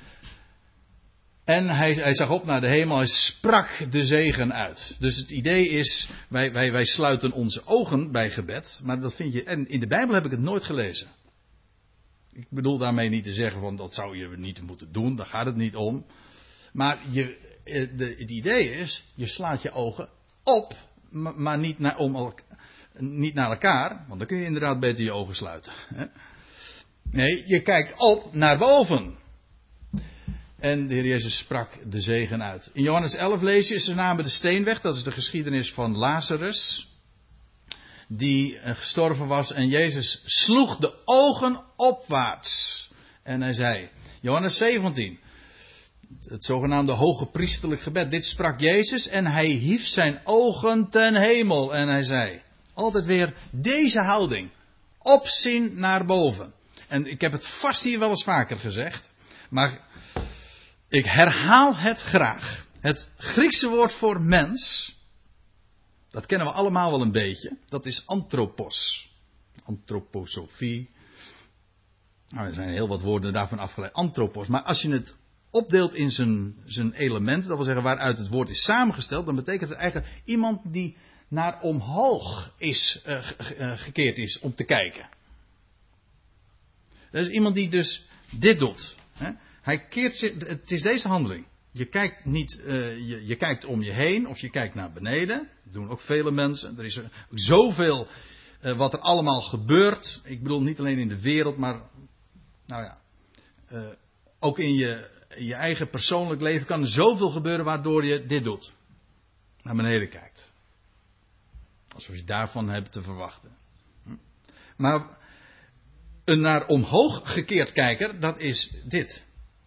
En hij zag op naar de hemel, hij sprak de zegen uit. Dus het idee is, wij sluiten onze ogen bij gebed. Maar dat vind je, en in de Bijbel heb ik het nooit gelezen. Ik bedoel daarmee niet te zeggen van dat zou je niet moeten doen, daar gaat het niet om. Maar het idee is, je slaat je ogen op, maar niet naar elkaar. Want dan kun je inderdaad beter je ogen sluiten. Nee, je kijkt op naar boven. En de Heer Jezus sprak de zegen uit. In Johannes 11 lees je, ze namen de steen weg. Dat is de geschiedenis van Lazarus. Die gestorven was. En Jezus sloeg de ogen opwaarts. En hij zei, Johannes 17. Het zogenaamde hoge priesterlijk gebed. Dit sprak Jezus en hij hief zijn ogen ten hemel. En hij zei, altijd weer deze houding. Opzien naar boven. En ik heb het vast hier wel eens vaker gezegd. Maar ik herhaal het graag. Het Griekse woord voor mens, dat kennen we allemaal wel een beetje. Dat is anthropos. Antroposofie. Nou, er zijn heel wat woorden daarvan afgeleid. Anthropos. Maar als je het opdeelt in zijn elementen, dat wil zeggen waaruit het woord is samengesteld, dan betekent het eigenlijk iemand die naar omhoog is gekeerd is om te kijken. Dat is iemand die dus dit doet. Hè? Hij keert zich, het is deze handeling. Je kijkt niet, je kijkt om je heen of je kijkt naar beneden. Dat doen ook vele mensen. Er is zoveel wat er allemaal gebeurt. Ik bedoel niet alleen in de wereld, maar nou ja, ook in je eigen persoonlijk leven kan er zoveel gebeuren waardoor je dit doet. Naar beneden kijkt. Alsof je daarvan hebt te verwachten. Maar een naar omhoog gekeerd kijker, dat is dit.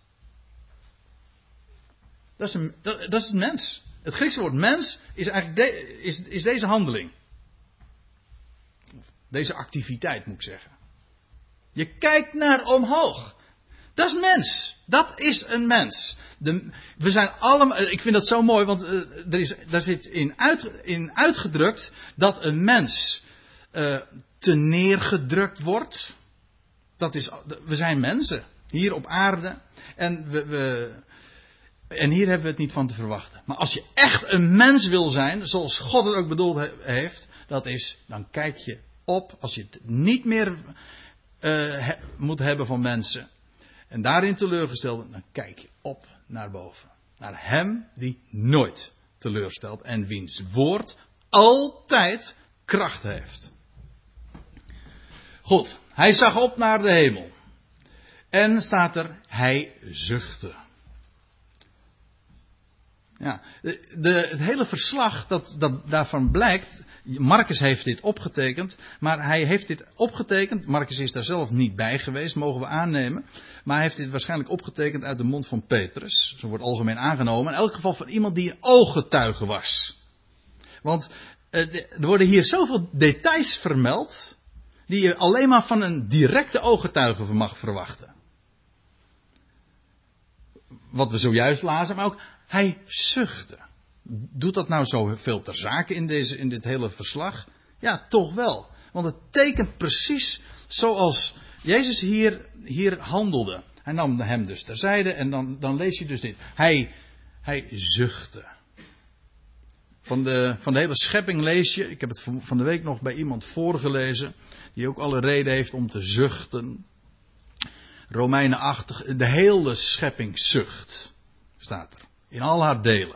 Dat is het mens. Het Griekse woord mens is eigenlijk is deze handeling. Deze activiteit moet ik zeggen. Je kijkt naar omhoog. Dat is mens. Dat is een mens. We zijn allemaal. Ik vind dat zo mooi, want daar zit in uitgedrukt dat een mens te neergedrukt wordt. We zijn mensen hier op aarde en en hier hebben we het niet van te verwachten. Maar als je echt een mens wil zijn, zoals God het ook bedoeld heeft, dan kijk je op als je het niet meer moet hebben van mensen. En daarin teleurgesteld, dan kijk je op naar boven. Naar hem die nooit teleurstelt en wiens woord altijd kracht heeft. Goed. hij zag op naar de hemel. En staat er, hij zuchtte. Ja, het hele verslag dat daarvan blijkt. Marcus heeft dit opgetekend. Maar hij heeft dit opgetekend. Marcus is daar zelf niet bij geweest, mogen we aannemen. Maar hij heeft dit waarschijnlijk opgetekend uit de mond van Petrus. Zo wordt algemeen aangenomen. In elk geval van iemand die een ooggetuige was. Want er worden hier zoveel details vermeld. Die je alleen maar van een directe ooggetuige mag verwachten. Wat we zojuist lazen, maar ook hij zuchtte. Doet dat nou zoveel ter zake in dit hele verslag? Ja, toch wel. Want het tekent precies zoals Jezus hier handelde. Hij nam hem dus terzijde en dan lees je dus dit. Hij zuchtte. Van de hele schepping lees je, ik heb het van de week nog bij iemand voorgelezen, die ook alle reden heeft om te zuchten. Romeinen 8, de hele schepping zucht, staat er. In al haar delen.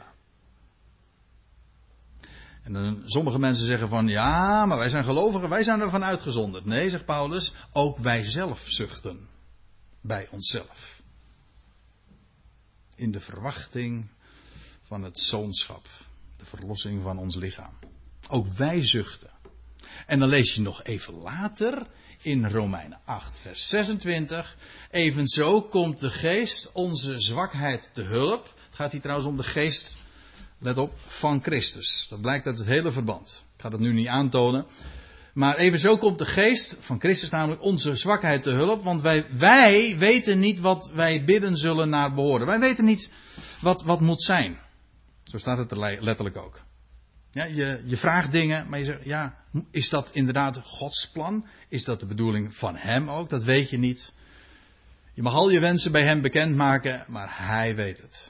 En dan, sommige mensen zeggen van, ja, maar wij zijn gelovigen, wij zijn ervan uitgezonderd. Nee, zegt Paulus, ook wij zelf zuchten. Bij onszelf. In de verwachting van het zoonschap. De verlossing van ons lichaam. Ook wij zuchten. En dan lees je nog even later in Romeinen 8 vers 26. Evenzo komt de geest onze zwakheid te hulp. Het gaat hier trouwens om de geest, let op, van Christus. Dat blijkt uit het hele verband. Ik ga dat nu niet aantonen. Maar evenzo komt de geest van Christus namelijk onze zwakheid te hulp. Want wij weten niet wat wij bidden zullen naar behoren. Wij weten niet wat moet zijn. Zo staat het er letterlijk ook. Ja, je vraagt dingen, maar je zegt, ja, is dat inderdaad Gods plan? Is dat de bedoeling van hem ook? Dat weet je niet. Je mag al je wensen bij hem bekendmaken, maar hij weet het.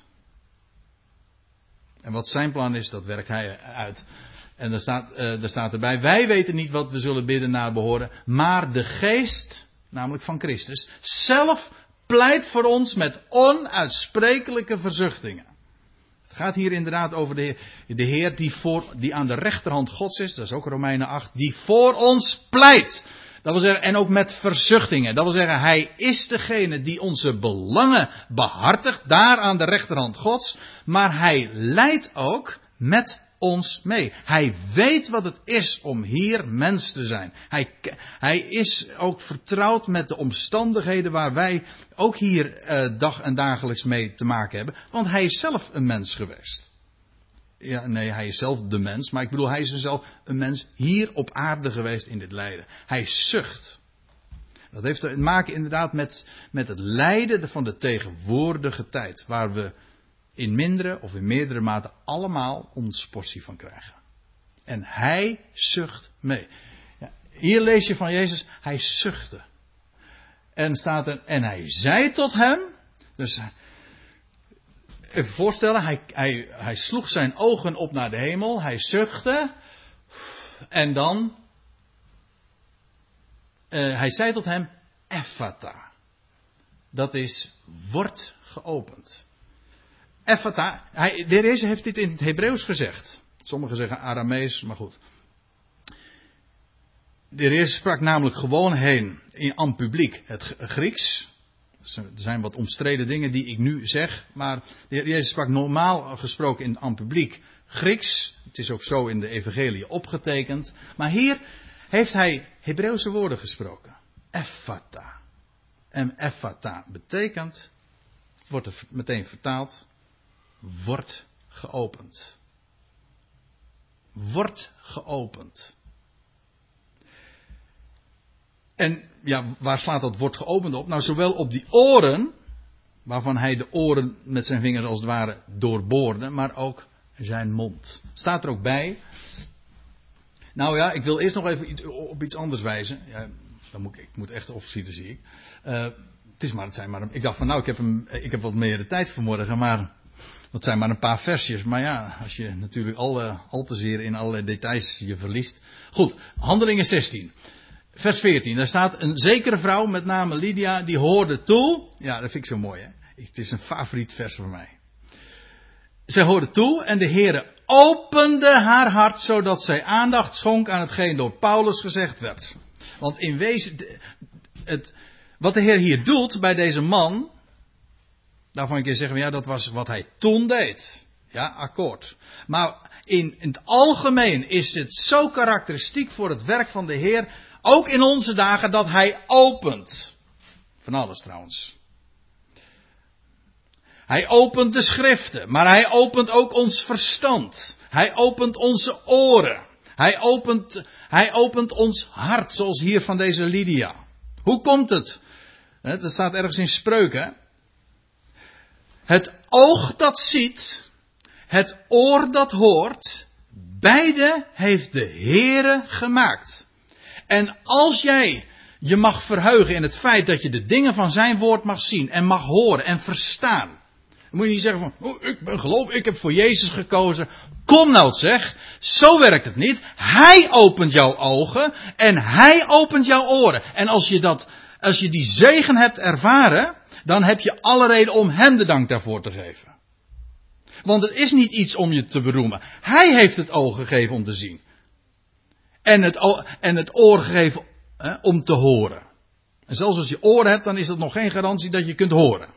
En wat zijn plan is, dat werkt hij uit. En er staat erbij, wij weten niet wat we zullen bidden naar behoren, maar de geest, namelijk van Christus, zelf pleit voor ons met onuitsprekelijke verzuchtingen. Het gaat hier inderdaad over de Heer die aan de rechterhand Gods is, dat is ook Romeinen 8, die voor ons pleit. Dat wil zeggen, en ook met verzuchtingen. Dat wil zeggen, hij is degene die onze belangen behartigt, daar aan de rechterhand Gods. Maar hij lijdt ook met ons mee. Hij weet wat het is om hier mens te zijn. Hij is ook vertrouwd met de omstandigheden waar wij ook hier dag en dagelijks mee te maken hebben. Want hij is zelf een mens geweest. Ja, nee, hij is zelf de mens, maar ik bedoel, hij is zelf een mens hier op aarde geweest in dit lijden. Hij zucht. Dat heeft te maken inderdaad met het lijden van de tegenwoordige tijd, waar we in mindere of in meerdere mate allemaal ons portie van krijgen. En hij zucht mee. Ja, hier lees je van Jezus, hij zuchtte. En staat er, en hij zei tot hem, dus even voorstellen, hij sloeg zijn ogen op naar de hemel, hij zuchtte, en dan, hij zei tot hem, Ephata. Dat is, wordt geopend. Ephata, de Heer Jezus heeft dit in het Hebreeuws gezegd. Sommigen zeggen Aramees, maar goed. De Heer Jezus sprak namelijk gewoon heen aan publiek het Grieks. Er zijn wat omstreden dingen die ik nu zeg, maar de Heer Jezus sprak normaal gesproken in aan publiek Grieks. Het is ook zo in de evangelie opgetekend. Maar hier heeft hij Hebreeuwse woorden gesproken. Ephata. En Ephata betekent, het wordt er meteen vertaald, wordt geopend. Wordt geopend. En ja, waar slaat dat wordt geopend op? Nou, zowel op die oren, waarvan hij de oren met zijn vingers als het ware doorboorde, maar ook zijn mond. Staat er ook bij. Nou ja, ik wil eerst nog even op iets anders wijzen. Ja, ik moet echt opschieten, zie ik. Ik dacht van nou, ik heb wat meer de tijd vanmorgen, maar dat zijn maar een paar versjes. Maar ja, als je natuurlijk al te zeer in allerlei details je verliest. Goed, Handelingen 16. Vers 14, daar staat een zekere vrouw, met name Lydia, die hoorde toe. Ja, dat vind ik zo mooi, hè. Het is een favoriet vers voor mij. Zij hoorde toe en de Heere opende haar hart, zodat zij aandacht schonk aan hetgeen door Paulus gezegd werd. Want in wezen, wat de Heer hier doet bij deze man, daarvan kun je zeggen, ja, dat was wat hij toen deed. Ja, akkoord. Maar in het algemeen is het zo karakteristiek voor het werk van de Heer, ook in onze dagen, dat hij opent. Van alles trouwens. Hij opent de schriften, maar hij opent ook ons verstand. Hij opent onze oren. Hij opent ons hart, zoals hier van deze Lydia. Hoe komt het? Dat staat ergens in Spreuken. Het oog dat ziet, het oor dat hoort, beide heeft de Heere gemaakt. En als jij je mag verheugen in het feit dat je de dingen van zijn woord mag zien en mag horen en verstaan. Dan moet je niet zeggen van, oh, ik ben geloof, ik heb voor Jezus gekozen. Kom nou zeg, zo werkt het niet. Hij opent jouw ogen en hij opent jouw oren. En als je die zegen hebt ervaren, dan heb je alle reden om hem de dank daarvoor te geven. Want het is niet iets om je te beroemen. Hij heeft het oog gegeven om te zien. En het oor gegeven om te horen. En zelfs als je oren hebt, dan is dat nog geen garantie dat je kunt horen.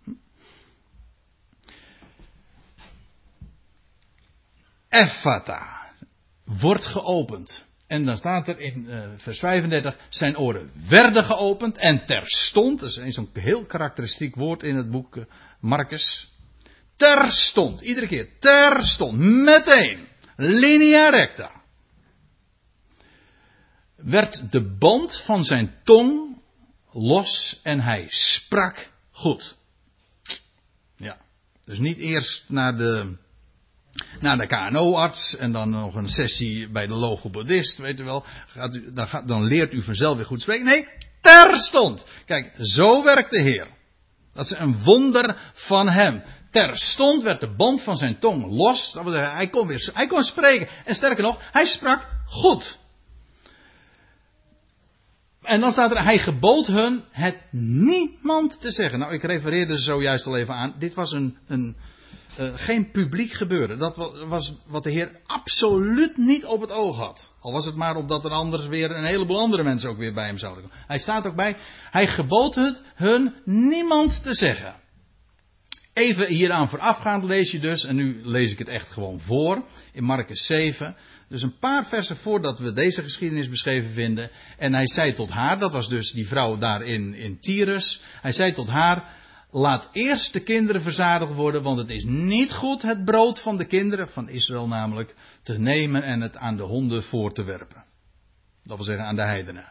Ephata wordt geopend. En dan staat er in vers 35, zijn oren werden geopend en terstond, dat is zo'n heel karakteristiek woord in het boek Marcus. Terstond, iedere keer, terstond, meteen, linea recta, werd de band van zijn tong los en hij sprak goed. Ja, dus niet eerst naar de KNO-arts en dan nog een sessie bij de logopedist, weet u wel. Dan leert u vanzelf weer goed spreken. Nee, terstond. Kijk, zo werkt de Heer. Dat is een wonder van hem. Terstond werd de band van zijn tong los. Dat wil zeggen, hij kon spreken. En sterker nog, hij sprak goed. En dan staat er, hij gebood hun het niemand te zeggen. Nou, ik refereerde zojuist al even aan. Dit was geen publiek gebeuren. Dat was wat de Heer absoluut niet op het oog had. Al was het maar omdat er anders weer een heleboel andere mensen ook weer bij hem zouden komen. Hij staat ook bij, hij gebood het hun niemand te zeggen. Even hieraan voorafgaand lees je dus, en nu lees ik het echt gewoon voor, in Marcus 7. Dus een paar versen voordat we deze geschiedenis beschreven vinden. En hij zei tot haar, dat was dus die vrouw daar in Tyrus. Hij zei tot haar, laat eerst de kinderen verzadigd worden, want het is niet goed het brood van de kinderen, van Israël namelijk, te nemen en het aan de honden voor te werpen. Dat wil zeggen aan de heidenen.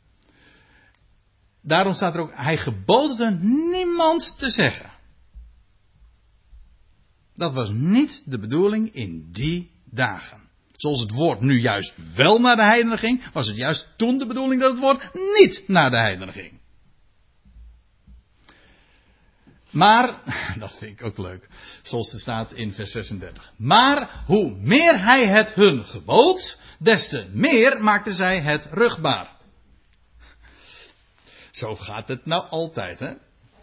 Daarom staat er ook, hij gebood het niemand te zeggen. Dat was niet de bedoeling in die dagen. Zoals het woord nu juist wel naar de heidenen ging, was het juist toen de bedoeling dat het woord niet naar de heidenen ging. Maar, dat vind ik ook leuk, zoals er staat in vers 36. Maar hoe meer hij het hun gebood, des te meer maakten zij het ruchtbaar. Zo gaat het nou altijd, hè?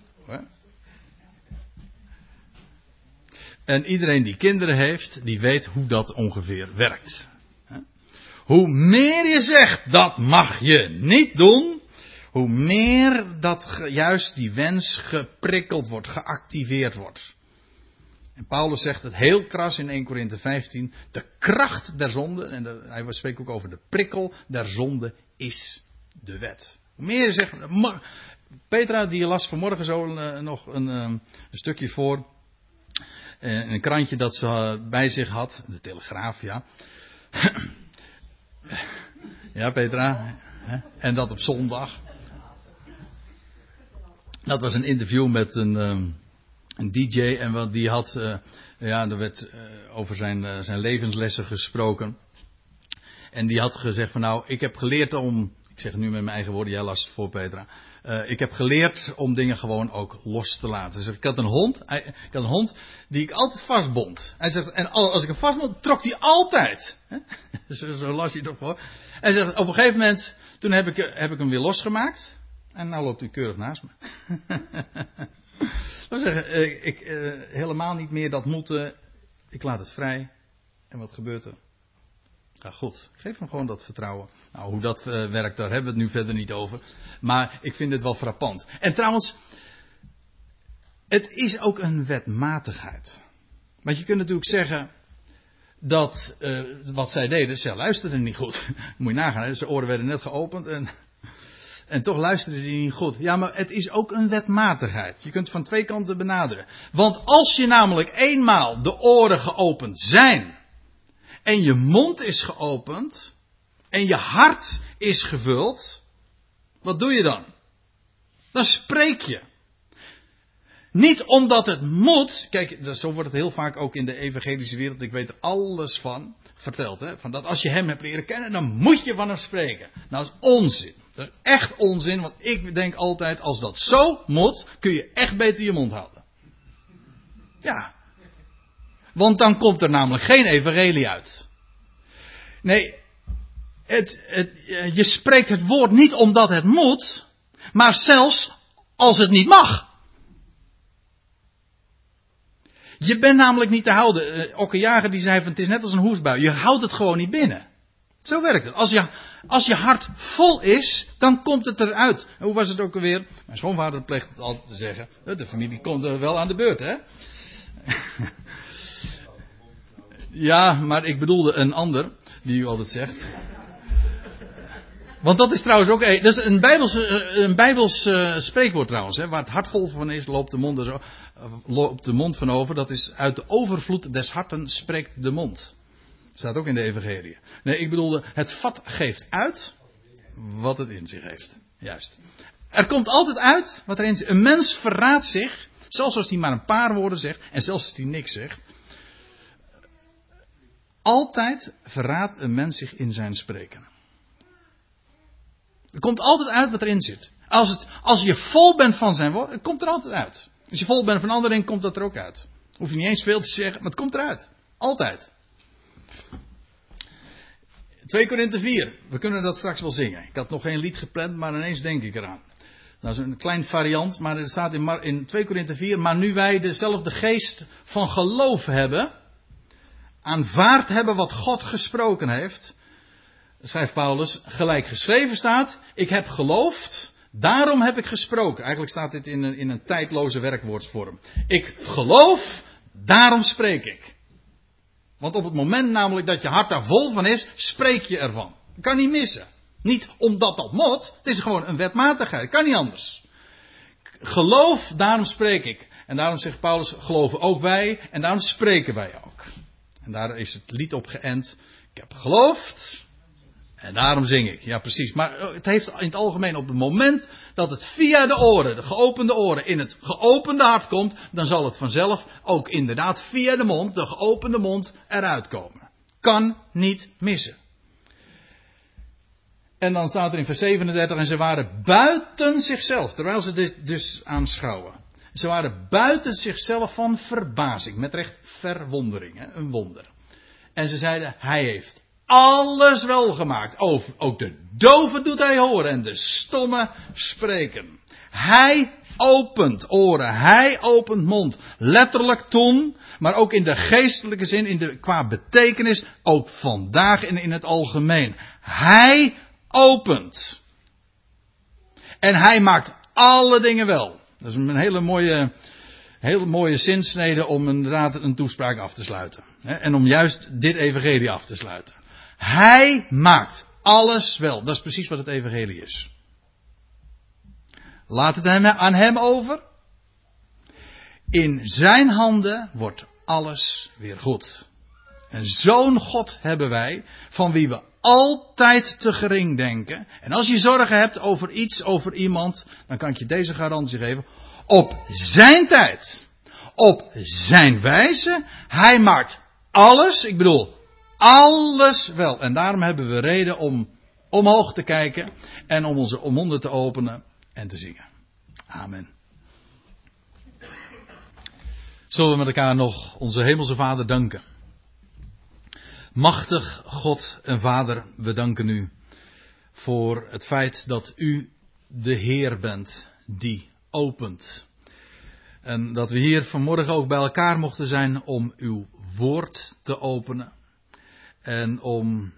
En iedereen die kinderen heeft, die weet hoe dat ongeveer werkt. Hoe meer je zegt, dat mag je niet doen, hoe meer dat juist die wens geprikkeld wordt, geactiveerd wordt. En Paulus zegt het heel kras in 1 Korinthe 15. De kracht der zonde, en hij spreekt ook over de prikkel der zonde, is de wet. Hoe meer je zegt, Petra die las vanmorgen zo nog een stukje voor. Een krantje dat ze bij zich had. De Telegraaf, ja. Ja, Petra. En dat op zondag. Dat was een interview met een DJ. En die had... er werd over zijn levenslessen gesproken. En die had gezegd van nou, ik heb geleerd om... Ik zeg het nu met mijn eigen woorden, jij las het voor Petra. Ik heb geleerd om dingen gewoon ook los te laten. Hij zegt, ik had een hond die ik altijd vastbond. Hij zegt, en als ik hem vastbond, trok hij altijd. Zo las hij toch voor. Hij zegt, op een gegeven moment, toen heb ik hem weer losgemaakt. En nou loopt hij keurig naast me. Dat wil zeggen, ik helemaal niet meer dat moeten. Ik laat het vrij. En wat gebeurt er? Ja, goed. Geef hem gewoon dat vertrouwen. Nou, hoe dat werkt, daar hebben we het nu verder niet over. Maar ik vind het wel frappant. En trouwens, het is ook een wetmatigheid. Want je kunt natuurlijk zeggen dat wat zij deden, ze luisterden niet goed. Moet je nagaan, zijn oren werden net geopend en toch luisterden die niet goed. Ja, maar het is ook een wetmatigheid. Je kunt het van twee kanten benaderen. Want als je namelijk eenmaal de oren geopend zijn en je mond is geopend en je hart is gevuld, wat doe je dan? Dan spreek je. Niet omdat het moet. Kijk, zo wordt het heel vaak ook in de evangelische wereld. Ik weet er alles van verteld. Hè, van dat als je hem hebt leren kennen, dan moet je van hem spreken. Nou, dat is onzin. Dat is echt onzin. Want ik denk altijd, als dat zo moet, kun je echt beter je mond houden. Ja. Want dan komt er namelijk geen evangelie uit. Nee, je spreekt het woord niet omdat het moet, maar zelfs als het niet mag. Je bent namelijk niet te houden. Okke Jager die zei van het is net als een hoestbui. Je houdt het gewoon niet binnen. Zo werkt het. Als je hart vol is, dan komt het eruit. En hoe was het ook alweer? Mijn schoonvader pleegt het altijd te zeggen. De familie komt er wel aan de beurt, hè? Ja, maar ik bedoelde een ander. Die u altijd zegt. Want dat is trouwens ook dat is een bijbels spreekwoord trouwens. Hè, waar het hart vol van is, loopt de mond van over. Dat is uit de overvloed des harten spreekt de mond. Staat ook in de evangelie. Nee, ik bedoelde, het vat geeft uit wat het in zich heeft. Juist. Er komt altijd uit wat er in zich. Een mens verraadt zich, zelfs als hij maar een paar woorden zegt, en zelfs als hij niks zegt. Altijd verraadt een mens zich in zijn spreken. Er komt altijd uit wat erin zit. Als je vol bent van zijn woord, het komt er altijd uit. Als je vol bent van andere dingen, komt dat er ook uit. Hoef je niet eens veel te zeggen, maar het komt eruit. Altijd. 2 Korinthe 4. We kunnen dat straks wel zingen. Ik had nog geen lied gepland, maar ineens denk ik eraan. Dat is een klein variant, maar er staat in 2 Korinthe 4. Maar nu wij dezelfde geest van geloof hebben, aanvaard hebben wat God gesproken heeft, schrijft Paulus, gelijk geschreven staat, ik heb geloofd, daarom heb ik gesproken. Eigenlijk staat dit in een tijdloze werkwoordsvorm. Ik geloof, daarom spreek ik. Want op het moment namelijk dat je hart daar vol van is, spreek je ervan. Dat kan niet missen. Niet omdat dat moet, het is gewoon een wetmatigheid, kan niet anders. Geloof, daarom spreek ik. En daarom zegt Paulus, geloven ook wij, en daarom spreken wij ook. En daar is het lied op geënt. Ik heb geloofd. En daarom zing ik. Ja, precies. Maar het heeft in het algemeen op het moment dat het via de oren, de geopende oren, in het geopende hart komt, dan zal het vanzelf ook inderdaad via de mond, de geopende mond, eruit komen. Kan niet missen. En dan staat er in vers 37, en ze waren buiten zichzelf, terwijl ze dit dus aanschouwen. Ze waren buiten zichzelf van verbazing, met recht verwondering, hè? Een wonder. En ze zeiden, hij heeft alles wel gemaakt. Ook de doven doet hij horen en de stommen spreken. Hij opent oren, hij opent mond. Letterlijk toen, maar ook in de geestelijke zin, qua betekenis, ook vandaag en in het algemeen. Hij opent. En hij maakt alle dingen wel. Dat is een hele mooie zinsnede om inderdaad een toespraak af te sluiten. En om juist dit evangelie af te sluiten. Hij maakt alles wel. Dat is precies wat het evangelie is. Laat het aan hem over. In zijn handen wordt alles weer goed. En zo'n God hebben wij, van wie we altijd te gering denken. En als je zorgen hebt over iets, over iemand, dan kan ik je deze garantie geven. Op zijn tijd, op zijn wijze, hij maakt alles, ik bedoel alles wel. En daarom hebben we reden om omhoog te kijken en om onze monden te openen en te zingen. Amen. Zullen we met elkaar nog onze hemelse Vader danken. Machtig God en Vader, we danken u voor het feit dat u de Heer bent die opent. En dat we hier vanmorgen ook bij elkaar mochten zijn om uw woord te openen. En om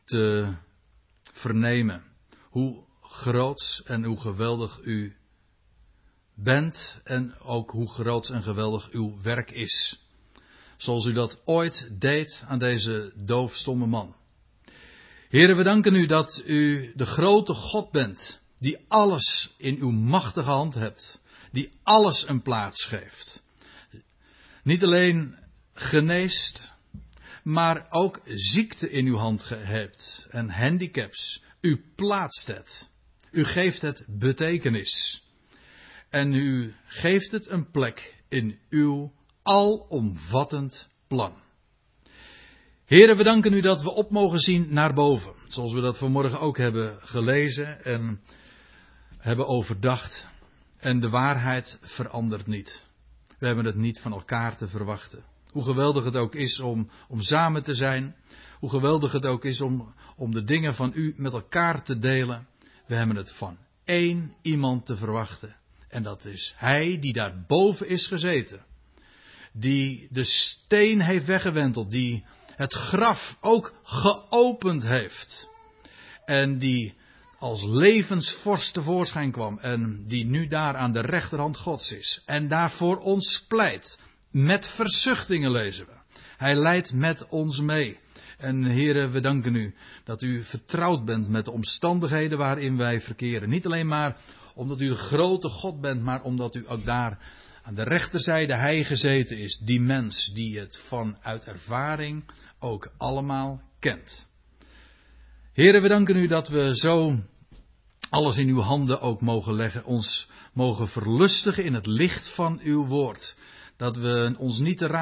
te vernemen hoe groots en hoe geweldig u bent en ook hoe groots en geweldig uw werk is. Zoals u dat ooit deed aan deze doofstomme man. Heere, we danken u dat u de grote God bent, die alles in uw machtige hand hebt, die alles een plaats geeft. Niet alleen geneest, maar ook ziekte in uw hand hebt en handicaps. U plaatst het. U geeft het betekenis. En u geeft het een plek in uw alomvattend plan. Heren, we danken u dat we op mogen zien naar boven. Zoals we dat vanmorgen ook hebben gelezen en hebben overdacht. En de waarheid verandert niet. We hebben het niet van elkaar te verwachten. Hoe geweldig het ook is om samen te zijn. Hoe geweldig het ook is om de dingen van u met elkaar te delen. We hebben het van één iemand te verwachten. En dat is hij die daar boven is gezeten. Die de steen heeft weggewenteld. Die het graf ook geopend heeft. En die als levensvorst tevoorschijn kwam. En die nu daar aan de rechterhand Gods is. En daar voor ons pleit. Met verzuchtingen lezen we. Hij leidt met ons mee. En heren, we danken u dat u vertrouwd bent met de omstandigheden waarin wij verkeren. Niet alleen maar omdat u de grote God bent, maar omdat u ook daar aan de rechterzijde hij gezeten is. Die mens die het vanuit ervaring ook allemaal kent. Heren, we danken u dat we zo alles in uw handen ook mogen leggen. Ons mogen verlustigen in het licht van uw woord. Dat we ons niet te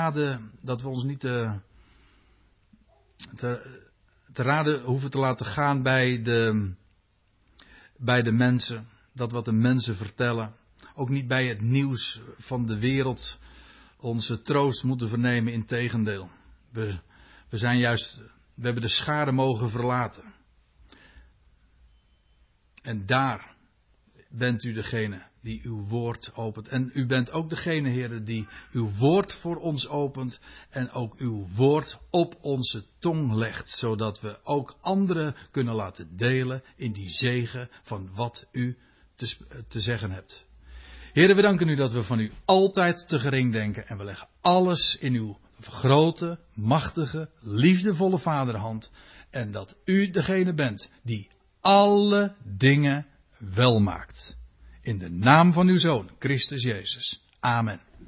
raden hoeven te laten gaan bij de mensen. Dat wat de mensen vertellen. Ook niet bij het nieuws van de wereld onze troost moeten vernemen. Integendeel. We hebben de schare mogen verlaten. En daar bent u degene die uw woord opent. En u bent ook degene, heren, die uw woord voor ons opent. En ook uw woord op onze tong legt. Zodat we ook anderen kunnen laten delen in die zegen van wat u te zeggen hebt. Heren, we danken u dat we van u altijd te gering denken. En we leggen alles in uw grote, machtige, liefdevolle vaderhand. En dat u degene bent die alle dingen wel maakt. In de naam van uw Zoon, Christus Jezus. Amen.